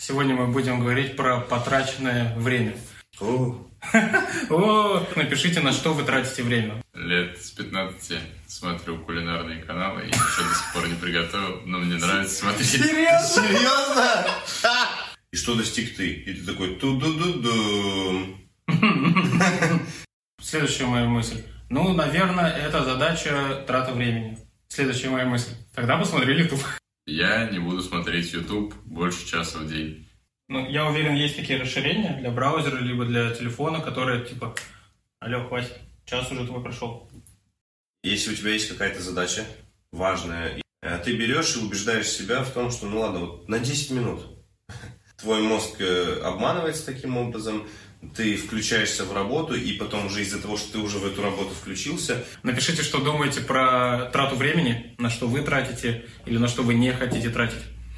Сегодня мы будем говорить про потраченное время. Напишите, на что вы тратите время. Лет с 15 смотрю кулинарные каналы и еще до сих пор не приготовил, но мне нравится смотреть. Серьезно? И что достиг ты? И ты такой ту-ду-ду-ду. Следующая моя мысль. Наверное, это задача трата времени. Следующая моя мысль. Тогда посмотри YouTube. Я не буду смотреть YouTube больше часа в день. Я уверен, есть такие расширения для браузера, либо для телефона, которые типа: алло, хватит, час уже твой прошел. Если у тебя есть какая-то задача важная, ты берешь и убеждаешь себя в том, что на 10 минут. Твой мозг обманывается таким образом, ты включаешься в работу, и потом уже из-за того, что ты уже в эту работу включился. Напишите, что думаете про трату времени, на что вы тратите или на что вы не хотите тратить.